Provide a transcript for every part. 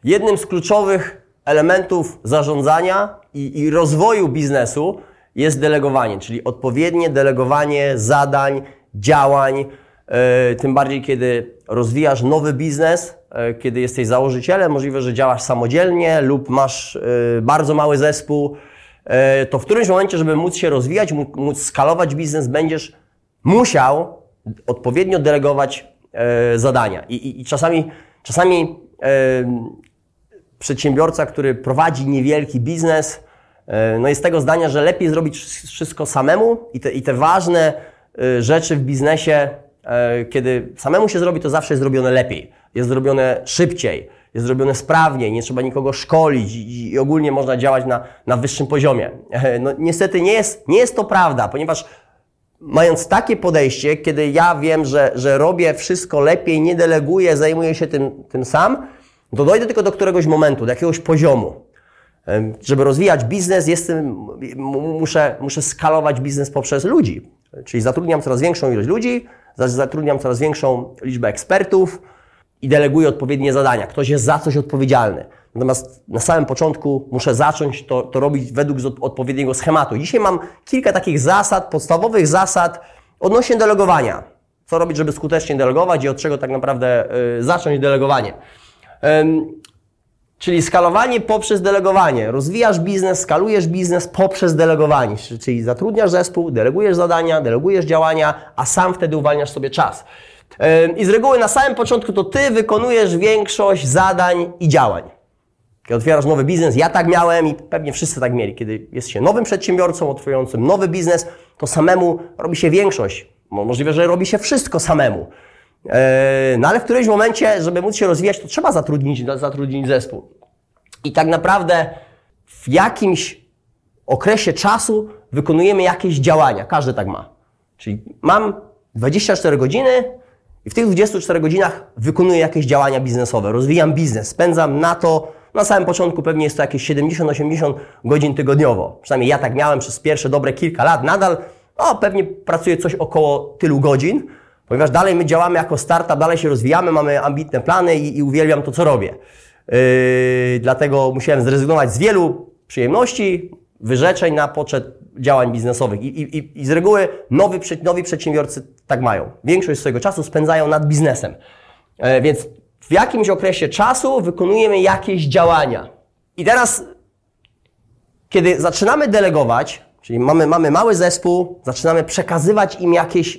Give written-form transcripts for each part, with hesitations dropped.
Jednym z kluczowych elementów zarządzania i rozwoju biznesu jest delegowanie, czyli odpowiednie delegowanie zadań, działań, tym bardziej kiedy rozwijasz nowy biznes, kiedy jesteś założycielem, możliwe, że działasz samodzielnie lub masz bardzo mały zespół, to w którymś momencie, żeby móc się rozwijać, móc skalować biznes, będziesz musiał odpowiednio delegować zadania. I czasami przedsiębiorca, który prowadzi niewielki biznes, no jest tego zdania, że lepiej zrobić wszystko samemu i te ważne rzeczy w biznesie, kiedy samemu się zrobi, to zawsze jest zrobione lepiej. Jest zrobione szybciej, jest zrobione sprawniej, nie trzeba nikogo szkolić i ogólnie można działać na wyższym poziomie. No, niestety nie jest to prawda, ponieważ mając takie podejście, kiedy ja wiem, że robię wszystko lepiej, nie deleguję, zajmuję się tym sam, to dojdę tylko do któregoś momentu, do jakiegoś poziomu. Żeby rozwijać biznes, muszę skalować biznes poprzez ludzi. Czyli zatrudniam coraz większą ilość ludzi, zatrudniam coraz większą liczbę ekspertów i deleguję odpowiednie zadania. Ktoś jest za coś odpowiedzialny. Natomiast na samym początku muszę zacząć to robić według odpowiedniego schematu. Dzisiaj mam kilka takich zasad, podstawowych zasad odnośnie delegowania. Co robić, żeby skutecznie delegować i od czego tak naprawdę zacząć delegowanie. Czyli skalowanie poprzez delegowanie. Rozwijasz biznes, skalujesz biznes poprzez delegowanie. Czyli zatrudniasz zespół, delegujesz zadania, delegujesz działania, a sam wtedy uwalniasz sobie czas. I z reguły na samym początku to ty wykonujesz większość zadań i działań. Kiedy otwierasz nowy biznes, ja tak miałem i pewnie wszyscy tak mieli. Kiedy jest się nowym przedsiębiorcą, otwierającym nowy biznes, to samemu robi się większość. Możliwe, że robi się wszystko samemu. No ale w którymś momencie, żeby móc się rozwijać, to trzeba zatrudnić zespół. I tak naprawdę w jakimś okresie czasu wykonujemy jakieś działania. Każdy tak ma. Czyli mam 24 godziny i w tych 24 godzinach wykonuję jakieś działania biznesowe. Rozwijam biznes, spędzam na to, na samym początku pewnie jest to jakieś 70-80 godzin tygodniowo. Przynajmniej ja tak miałem przez pierwsze dobre kilka lat. Nadal pewnie pracuję coś około tylu godzin, ponieważ dalej my działamy jako startup, dalej się rozwijamy, mamy ambitne plany i uwielbiam to, co robię. Dlatego musiałem zrezygnować z wielu przyjemności, wyrzeczeń na poczet działań biznesowych. I z reguły nowi przedsiębiorcy tak mają. Większość swojego czasu spędzają nad biznesem. Więc w jakimś okresie czasu wykonujemy jakieś działania. I teraz, kiedy zaczynamy delegować, czyli mamy mały zespół, zaczynamy przekazywać im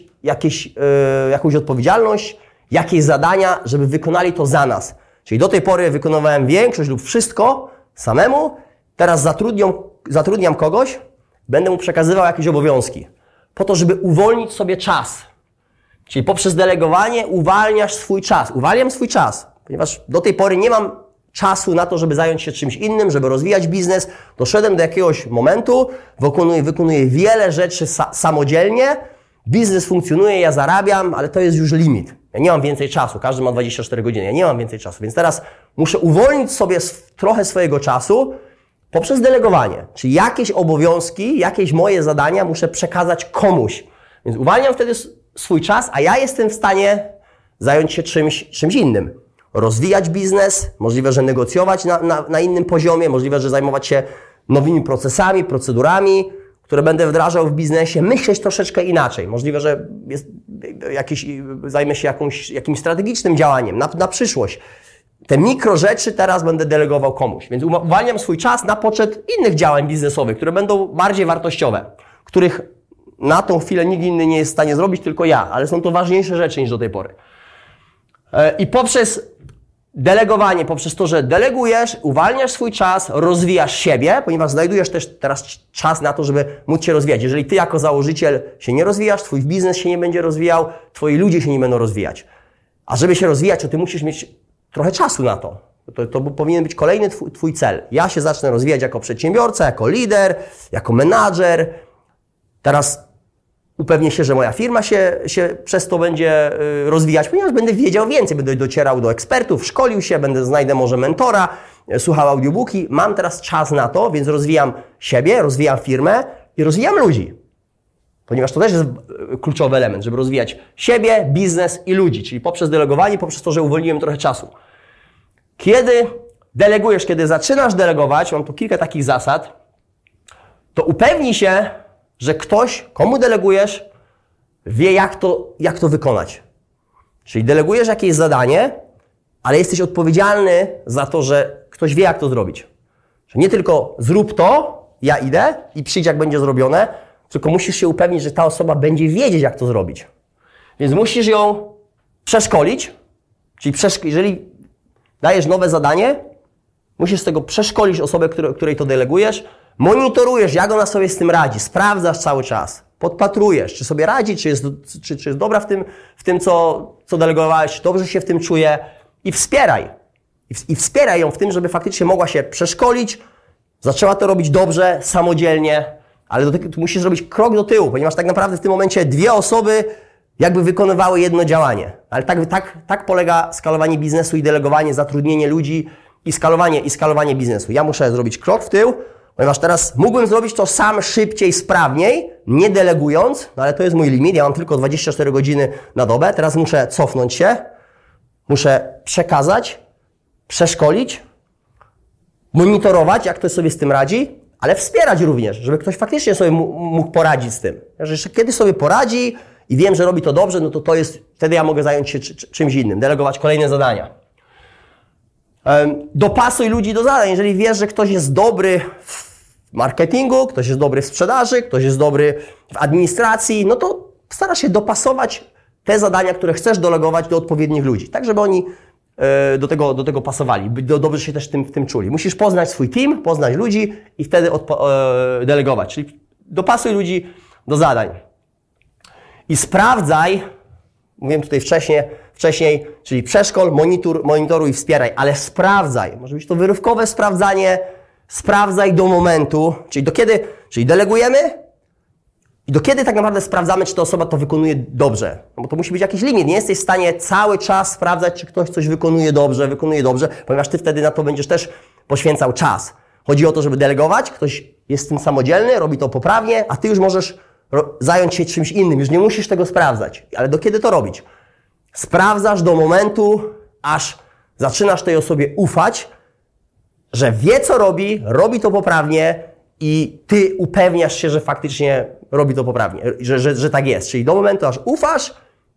jakąś odpowiedzialność, jakieś zadania, żeby wykonali to za nas. Czyli do tej pory wykonywałem większość lub wszystko samemu, teraz zatrudniam kogoś, będę mu przekazywał jakieś obowiązki, po to, żeby uwolnić sobie czas. Czyli poprzez delegowanie uwalniasz swój czas. Uwalniam swój czas, ponieważ do tej pory nie mam czasu na to, żeby zająć się czymś innym, żeby rozwijać biznes. Doszedłem do jakiegoś momentu, wykonuję wiele rzeczy samodzielnie, biznes funkcjonuje, ja zarabiam, ale to jest już limit. Ja nie mam więcej czasu, każdy ma 24 godziny, ja nie mam więcej czasu, więc teraz muszę uwolnić sobie trochę swojego czasu poprzez delegowanie. Czyli jakieś obowiązki, jakieś moje zadania muszę przekazać komuś. Więc uwalniam wtedy swój czas, a ja jestem w stanie zająć się czymś innym. Rozwijać biznes, możliwe, że negocjować na innym poziomie, możliwe, że zajmować się nowymi procesami, procedurami, które będę wdrażał w biznesie, myśleć troszeczkę inaczej. Możliwe, że zajmę się jakimś strategicznym działaniem na przyszłość. Te mikro rzeczy teraz będę delegował komuś. Więc uwalniam swój czas na poczet innych działań biznesowych, które będą bardziej wartościowe, których na tą chwilę nikt inny nie jest w stanie zrobić, tylko ja, ale są to ważniejsze rzeczy niż do tej pory. I poprzez delegowanie, poprzez to, że delegujesz, uwalniasz swój czas, rozwijasz siebie, ponieważ znajdujesz też teraz czas na to, żeby móc się rozwijać. Jeżeli ty jako założyciel się nie rozwijasz, twój biznes się nie będzie rozwijał, twoi ludzie się nie będą rozwijać. A żeby się rozwijać, to ty musisz mieć trochę czasu na to. To powinien być kolejny twój cel. Ja się zacznę rozwijać jako przedsiębiorca, jako lider, jako menadżer. Teraz upewnię się, że moja firma się przez to będzie rozwijać, ponieważ będę wiedział więcej, będę docierał do ekspertów, szkolił się, znajdę może mentora, słuchał audiobooki. Mam teraz czas na to, więc rozwijam siebie, rozwijam firmę i rozwijam ludzi. Ponieważ to też jest kluczowy element, żeby rozwijać siebie, biznes i ludzi, czyli poprzez delegowanie, poprzez to, że uwolniłem trochę czasu. Kiedy delegujesz, kiedy zaczynasz delegować, mam tu kilka takich zasad, to upewnij się, że ktoś, komu delegujesz, wie jak to wykonać. Czyli delegujesz jakieś zadanie, ale jesteś odpowiedzialny za to, że ktoś wie, jak to zrobić. Że nie tylko zrób to, ja idę i przyjdź, jak będzie zrobione, tylko musisz się upewnić, że ta osoba będzie wiedzieć, jak to zrobić. Więc musisz ją przeszkolić, czyli jeżeli dajesz nowe zadanie, musisz z tego przeszkolić osobę, której to delegujesz, monitorujesz, jak ona sobie z tym radzi, sprawdzasz cały czas, podpatrujesz, czy sobie radzi, czy jest dobra w tym co delegowałeś, czy dobrze się w tym czuje i wspieraj. I wspieraj ją w tym, żeby faktycznie mogła się przeszkolić, zaczęła to robić dobrze, samodzielnie, ale do tego musisz zrobić krok do tyłu, ponieważ tak naprawdę w tym momencie dwie osoby jakby wykonywały jedno działanie. Ale tak polega skalowanie biznesu i delegowanie, zatrudnienie ludzi i skalowanie biznesu. Ja muszę zrobić krok w tył, ponieważ teraz mógłbym zrobić to sam szybciej, sprawniej, nie delegując, no ale to jest mój limit, ja mam tylko 24 godziny na dobę, teraz muszę cofnąć się, muszę przekazać, przeszkolić, monitorować, jak ktoś sobie z tym radzi, ale wspierać również, żeby ktoś faktycznie sobie mógł poradzić z tym. Że kiedy sobie poradzi i wiem, że robi to dobrze, no to jest, wtedy ja mogę zająć się czymś innym, delegować kolejne zadania. Dopasuj ludzi do zadań. Jeżeli wiesz, że ktoś jest dobry w marketingu, ktoś jest dobry w sprzedaży, ktoś jest dobry w administracji, no to starasz się dopasować te zadania, które chcesz delegować do odpowiednich ludzi, tak żeby oni do tego pasowali, dobrze się też w tym czuli. Musisz poznać swój team, poznać ludzi i wtedy delegować. Czyli dopasuj ludzi do zadań. I sprawdzaj, mówiłem tutaj wcześniej, czyli przeszkol, monitoruj i wspieraj, ale sprawdzaj. Może być to wyrywkowe sprawdzanie, sprawdzaj do momentu, czyli delegujemy i do kiedy tak naprawdę sprawdzamy, czy ta osoba to wykonuje dobrze. No bo to musi być jakiś limit. Nie jesteś w stanie cały czas sprawdzać, czy ktoś coś wykonuje dobrze, ponieważ ty wtedy na to będziesz też poświęcał czas. Chodzi o to, żeby delegować, ktoś jest z tym samodzielny, robi to poprawnie, a ty już możesz zająć się czymś innym, już nie musisz tego sprawdzać. Ale do kiedy to robić? Sprawdzasz do momentu, aż zaczynasz tej osobie ufać, że wie, co robi to poprawnie i ty upewniasz się, że faktycznie robi to poprawnie, że tak jest. Czyli do momentu, aż ufasz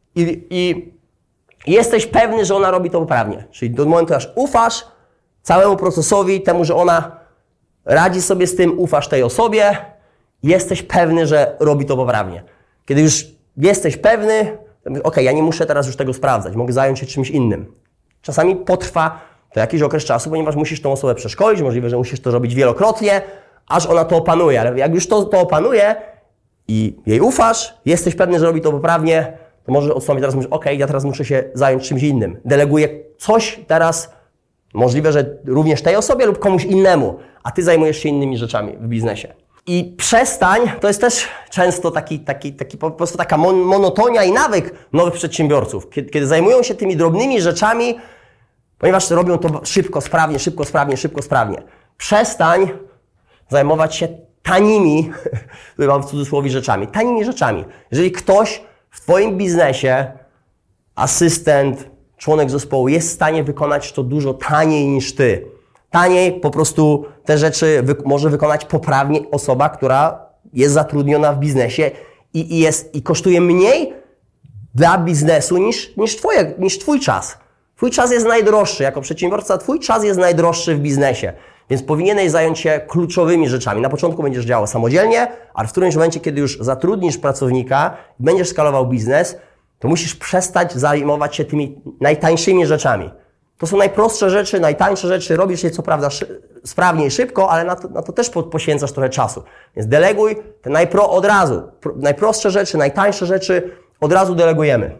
i jesteś pewny, że ona robi to poprawnie. Czyli do momentu, aż ufasz całemu procesowi, temu, że ona radzi sobie z tym, ufasz tej osobie, jesteś pewny, że robi to poprawnie. Kiedy już jesteś pewny, ja nie muszę teraz już tego sprawdzać, mogę zająć się czymś innym. Czasami potrwa to jakiś okres czasu, ponieważ musisz tą osobę przeszkolić, możliwe, że musisz to robić wielokrotnie, aż ona to opanuje, ale jak już to opanuje i jej ufasz, jesteś pewny, że robi to poprawnie, to możesz odstąpić, teraz mówisz, ja teraz muszę się zająć czymś innym. Deleguję coś teraz, możliwe, że również tej osobie lub komuś innemu, a ty zajmujesz się innymi rzeczami w biznesie. I przestań, to jest też często taki po prostu taka monotonia i nawyk nowych przedsiębiorców, kiedy zajmują się tymi drobnymi rzeczami, ponieważ robią to szybko, sprawnie. Przestań zajmować się tanimi, tutaj mam w cudzysłowie tanimi rzeczami. Jeżeli ktoś w twoim biznesie, asystent, członek zespołu jest w stanie wykonać to dużo taniej niż ty, taniej po prostu te rzeczy może wykonać poprawnie osoba, która jest zatrudniona w biznesie i kosztuje mniej dla biznesu niż twój czas. Twój czas jest najdroższy. Jako przedsiębiorca twój czas jest najdroższy w biznesie. Więc powinieneś zająć się kluczowymi rzeczami. Na początku będziesz działał samodzielnie, ale w którymś momencie, kiedy już zatrudnisz pracownika i będziesz skalował biznes, to musisz przestać zajmować się tymi najtańszymi rzeczami. To są najprostsze rzeczy, najtańsze rzeczy, robisz je co prawda sprawnie i szybko, ale na to też poświęcasz trochę czasu. Więc deleguj od razu. Najprostsze rzeczy, najtańsze rzeczy od razu delegujemy.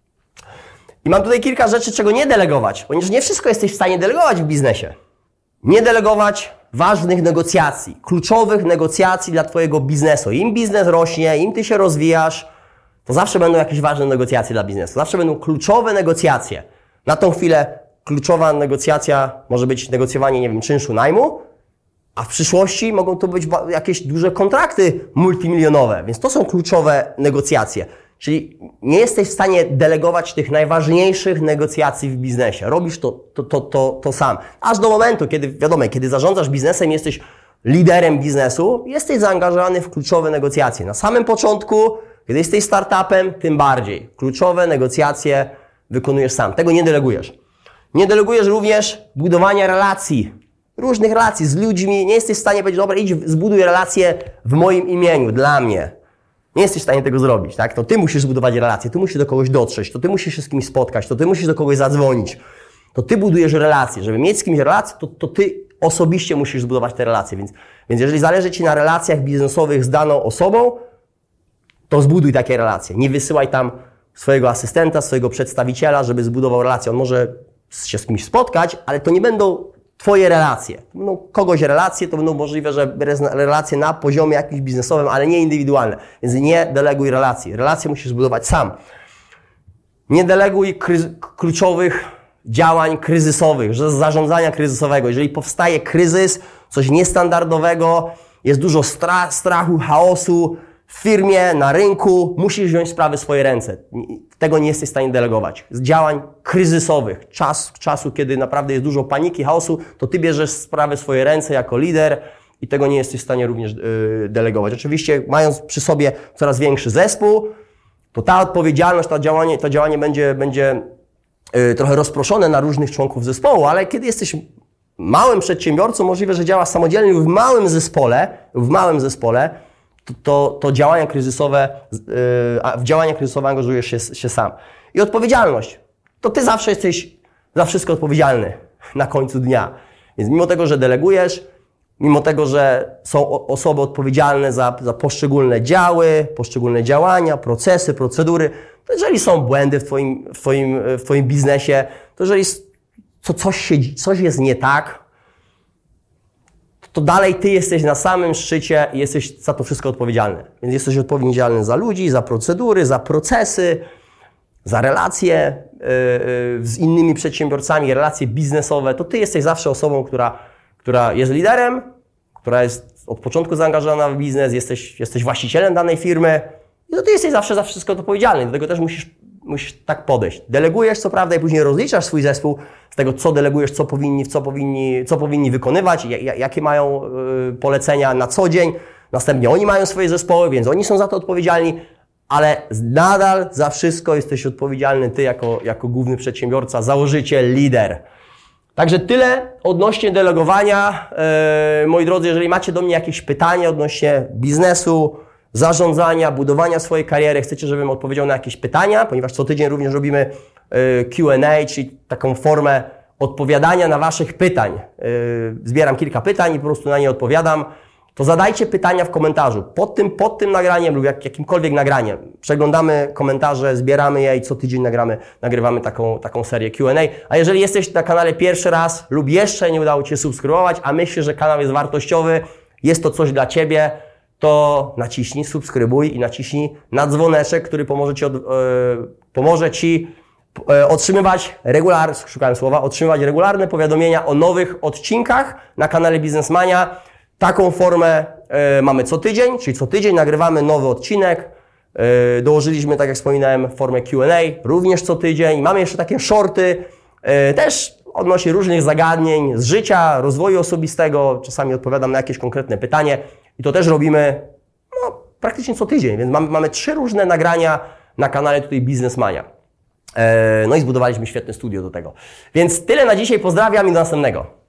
I mam tutaj kilka rzeczy, czego nie delegować, ponieważ nie wszystko jesteś w stanie delegować w biznesie. Nie delegować ważnych negocjacji, kluczowych negocjacji dla twojego biznesu. Im biznes rośnie, im ty się rozwijasz, to zawsze będą jakieś ważne negocjacje dla biznesu. Zawsze będą kluczowe negocjacje. Na tą chwilę kluczowa negocjacja może być negocjowanie, czynszu najmu, a w przyszłości mogą to być jakieś duże kontrakty multimilionowe, więc to są kluczowe negocjacje. Czyli nie jesteś w stanie delegować tych najważniejszych negocjacji w biznesie. Robisz to sam. Aż do momentu, kiedy, wiadomo, kiedy zarządzasz biznesem, jesteś liderem biznesu, jesteś zaangażowany w kluczowe negocjacje. Na samym początku, kiedy jesteś startupem, tym bardziej. Kluczowe negocjacje wykonujesz sam. Tego nie delegujesz. Nie delegujesz również budowania relacji. Różnych relacji z ludźmi. Nie jesteś w stanie powiedzieć, dobra, idź, zbuduj relacje w moim imieniu, dla mnie. Nie jesteś w stanie tego zrobić, tak? To ty musisz zbudować relacje, ty musisz do kogoś dotrzeć, to ty musisz się z kimś spotkać, to ty musisz do kogoś zadzwonić. To ty budujesz relacje. Żeby mieć z kimś relacje, to ty osobiście musisz zbudować te relacje. Więc jeżeli zależy ci na relacjach biznesowych z daną osobą, to zbuduj takie relacje. Nie wysyłaj tam swojego asystenta, swojego przedstawiciela, żeby zbudował relacje. On może się z kimś spotkać, ale to nie będą twoje relacje. To będą kogoś relacje, to będą możliwe, że relacje na poziomie jakimś biznesowym, ale nie indywidualne. Więc nie deleguj relacji. Relacje musisz zbudować sam. Nie deleguj kluczowych działań kryzysowych, zarządzania kryzysowego. Jeżeli powstaje kryzys, coś niestandardowego, jest dużo strachu, chaosu w firmie, na rynku, musisz wziąć sprawy w swoje ręce. Tego nie jesteś w stanie delegować. Z działań kryzysowych, czasu, kiedy naprawdę jest dużo paniki, chaosu, to ty bierzesz sprawy w swoje ręce jako lider i tego nie jesteś w stanie również delegować. Oczywiście, mając przy sobie coraz większy zespół, to ta odpowiedzialność, to działanie będzie trochę rozproszone na różnych członków zespołu, ale kiedy jesteś małym przedsiębiorcą, możliwe, że działasz samodzielnie w małym zespole, to działania kryzysowe, w działania kryzysowe angażujesz się sam. I odpowiedzialność. To ty zawsze jesteś za wszystko odpowiedzialny na końcu dnia. Więc mimo tego, że delegujesz, mimo tego, że są osoby odpowiedzialne za poszczególne działy, poszczególne działania, procesy, procedury, to jeżeli są błędy w twoim biznesie, to jeżeli coś jest nie tak, to dalej ty jesteś na samym szczycie i jesteś za to wszystko odpowiedzialny. Więc jesteś odpowiedzialny za ludzi, za procedury, za procesy, za relacje z innymi przedsiębiorcami, relacje biznesowe. To ty jesteś zawsze osobą, która jest liderem, która jest od początku zaangażowana w biznes, jesteś właścicielem danej firmy i to ty jesteś zawsze za wszystko odpowiedzialny. Do tego też musisz tak podejść. Delegujesz, co prawda, i później rozliczasz swój zespół z tego, co delegujesz, co powinni wykonywać, jakie mają polecenia na co dzień. Następnie oni mają swoje zespoły, więc oni są za to odpowiedzialni, ale nadal za wszystko jesteś odpowiedzialny ty jako główny przedsiębiorca, założyciel, lider. Także tyle odnośnie delegowania. Moi drodzy, jeżeli macie do mnie jakieś pytania odnośnie biznesu, zarządzania, budowania swojej kariery, chcecie, żebym odpowiedział na jakieś pytania, ponieważ co tydzień również robimy Q&A, czyli taką formę odpowiadania na waszych pytań. Zbieram kilka pytań i po prostu na nie odpowiadam. To zadajcie pytania w komentarzu. Pod tym nagraniem lub jakimkolwiek nagraniem. Przeglądamy komentarze, zbieramy je i co tydzień nagrywamy taką serię Q&A. A jeżeli jesteś na kanale pierwszy raz lub jeszcze nie udało Ci się subskrybować, a myślisz, że kanał jest wartościowy, jest to coś dla Ciebie, to naciśnij subskrybuj i naciśnij na dzwoneczek, który pomoże Ci otrzymywać regularne powiadomienia o nowych odcinkach na kanale Biznesmania. Taką formę mamy co tydzień, czyli co tydzień nagrywamy nowy odcinek. Dołożyliśmy, tak jak wspominałem, formę Q&A, również co tydzień. Mamy jeszcze takie shorty, też odnośnie różnych zagadnień z życia, rozwoju osobistego. Czasami odpowiadam na jakieś konkretne pytanie i to też robimy praktycznie co tydzień, więc mamy 3 różne nagrania na kanale tutaj Biznesmania. No i zbudowaliśmy świetne studio do tego. Więc tyle na dzisiaj, pozdrawiam i do następnego.